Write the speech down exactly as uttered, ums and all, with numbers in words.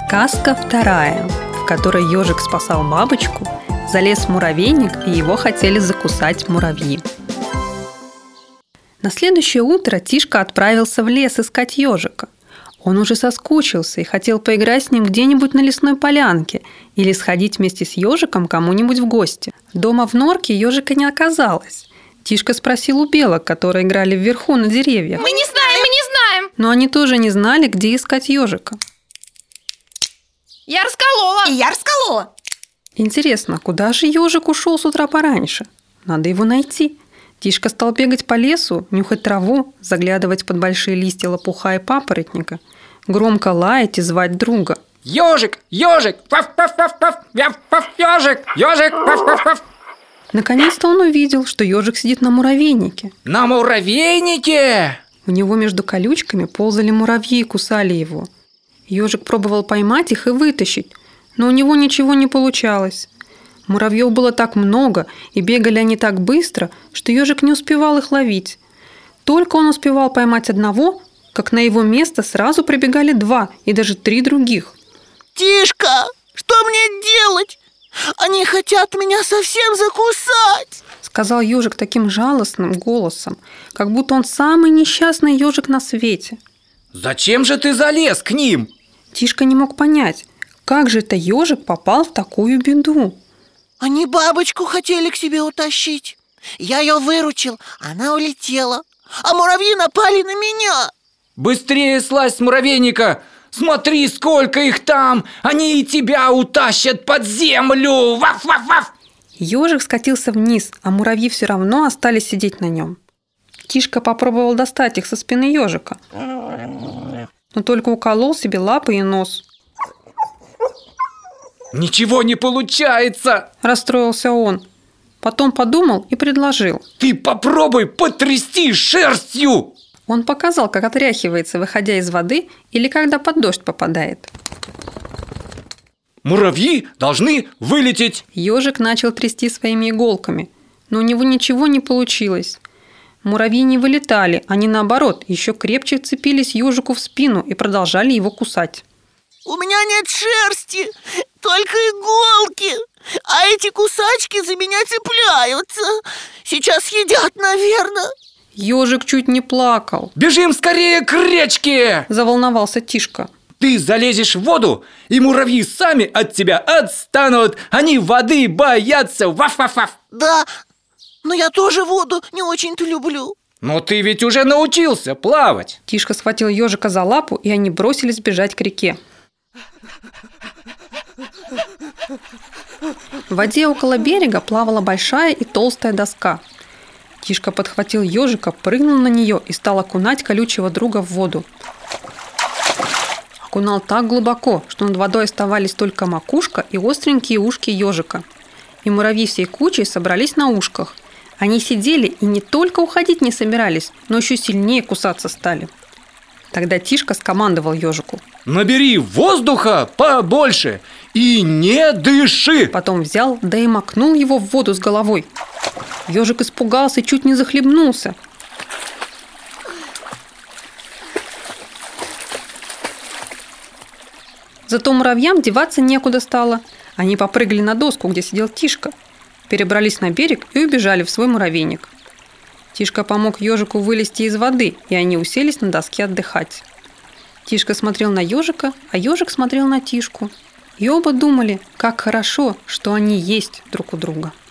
Сказка вторая, в которой ежик спасал бабочку, залез в муравейник, и его хотели закусать муравьи. На следующее утро Тишка отправился в лес искать ежика. Он уже соскучился и хотел поиграть с ним где-нибудь на лесной полянке или сходить вместе с ежиком кому-нибудь в гости. Дома в норке ежика не оказалось. Тишка спросил у белок, которые играли вверху на деревьях. Мы не знаем, мы не знаем. Но они тоже не знали, где искать ежика. Я расколола. И я расколола. Интересно, куда же ежик ушел с утра пораньше? Надо его найти. Тишка стал бегать по лесу, нюхать траву, заглядывать под большие листья лопуха и папоротника, громко лаять и звать друга. Ежик, ежик, паф-паф-паф-паф, паф-паф, ежик, ежик, паф-паф-паф. Наконец-то он увидел, что ежик сидит на муравейнике. На муравейнике? У него между колючками ползали муравьи и кусали его. Ежик пробовал поймать их и вытащить, но у него ничего не получалось. Муравьев было так много, и бегали они так быстро, что ежик не успевал их ловить. Только он успевал поймать одного, как на его место сразу прибегали два и даже три других. Тишка, что мне делать? Они хотят меня совсем закусать, сказал ежик таким жалостным голосом, как будто он самый несчастный ежик на свете. Зачем же ты залез к ним? Тишка не мог понять, как же это ежик попал в такую беду. Они бабочку хотели к себе утащить. Я ее выручил, она улетела. А муравьи напали на меня. Быстрее слазь с муравейника! Смотри, сколько их там! Они и тебя утащат под землю! Ваф-ваф-ваф! Ежик скатился вниз, а муравьи все равно остались сидеть на нем. Тишка попробовал достать их со спины ежика, но только уколол себе лапы и нос. Ничего не получается! Расстроился он. Потом подумал и предложил. Ты попробуй потрясти шерстью! Он показал, как отряхивается, выходя из воды или когда под дождь попадает. Муравьи должны вылететь. Ежик начал трясти своими иголками, но у него ничего не получилось. Муравьи не вылетали, они наоборот еще крепче вцепились ежику в спину и продолжали его кусать. У меня нет шерсти, только иголки, а эти кусачки за меня цепляются. Сейчас едят, наверное. Ежик чуть не плакал. Бежим скорее к речке! Заволновался Тишка. Ты залезешь в воду, и муравьи сами от тебя отстанут. Они воды боятся. Ваф-ваф-ваф. Да, но я тоже воду не очень-то люблю. Но ты ведь уже научился плавать. Тишка схватил ежика за лапу, и они бросились бежать к реке. В воде около берега плавала большая и толстая доска. Тишка подхватил ежика, прыгнул на нее и стал окунать колючего друга в воду. Окунал так глубоко, что над водой оставались только макушка и остренькие ушки ежика. И муравьи всей кучей собрались на ушках. Они сидели и не только уходить не собирались, но еще сильнее кусаться стали. Тогда Тишка скомандовал ежику. Набери воздуха побольше и не дыши. Потом взял, да и макнул его в воду с головой. Ежик испугался и чуть не захлебнулся. Зато муравьям деваться некуда стало. Они попрыгали на доску, где сидел Тишка, перебрались на берег и убежали в свой муравейник. Тишка помог ежику вылезти из воды, и они уселись на доске отдыхать. Тишка смотрел на ежика, а ежик смотрел на Тишку. И оба думали, как хорошо, что они есть друг у друга.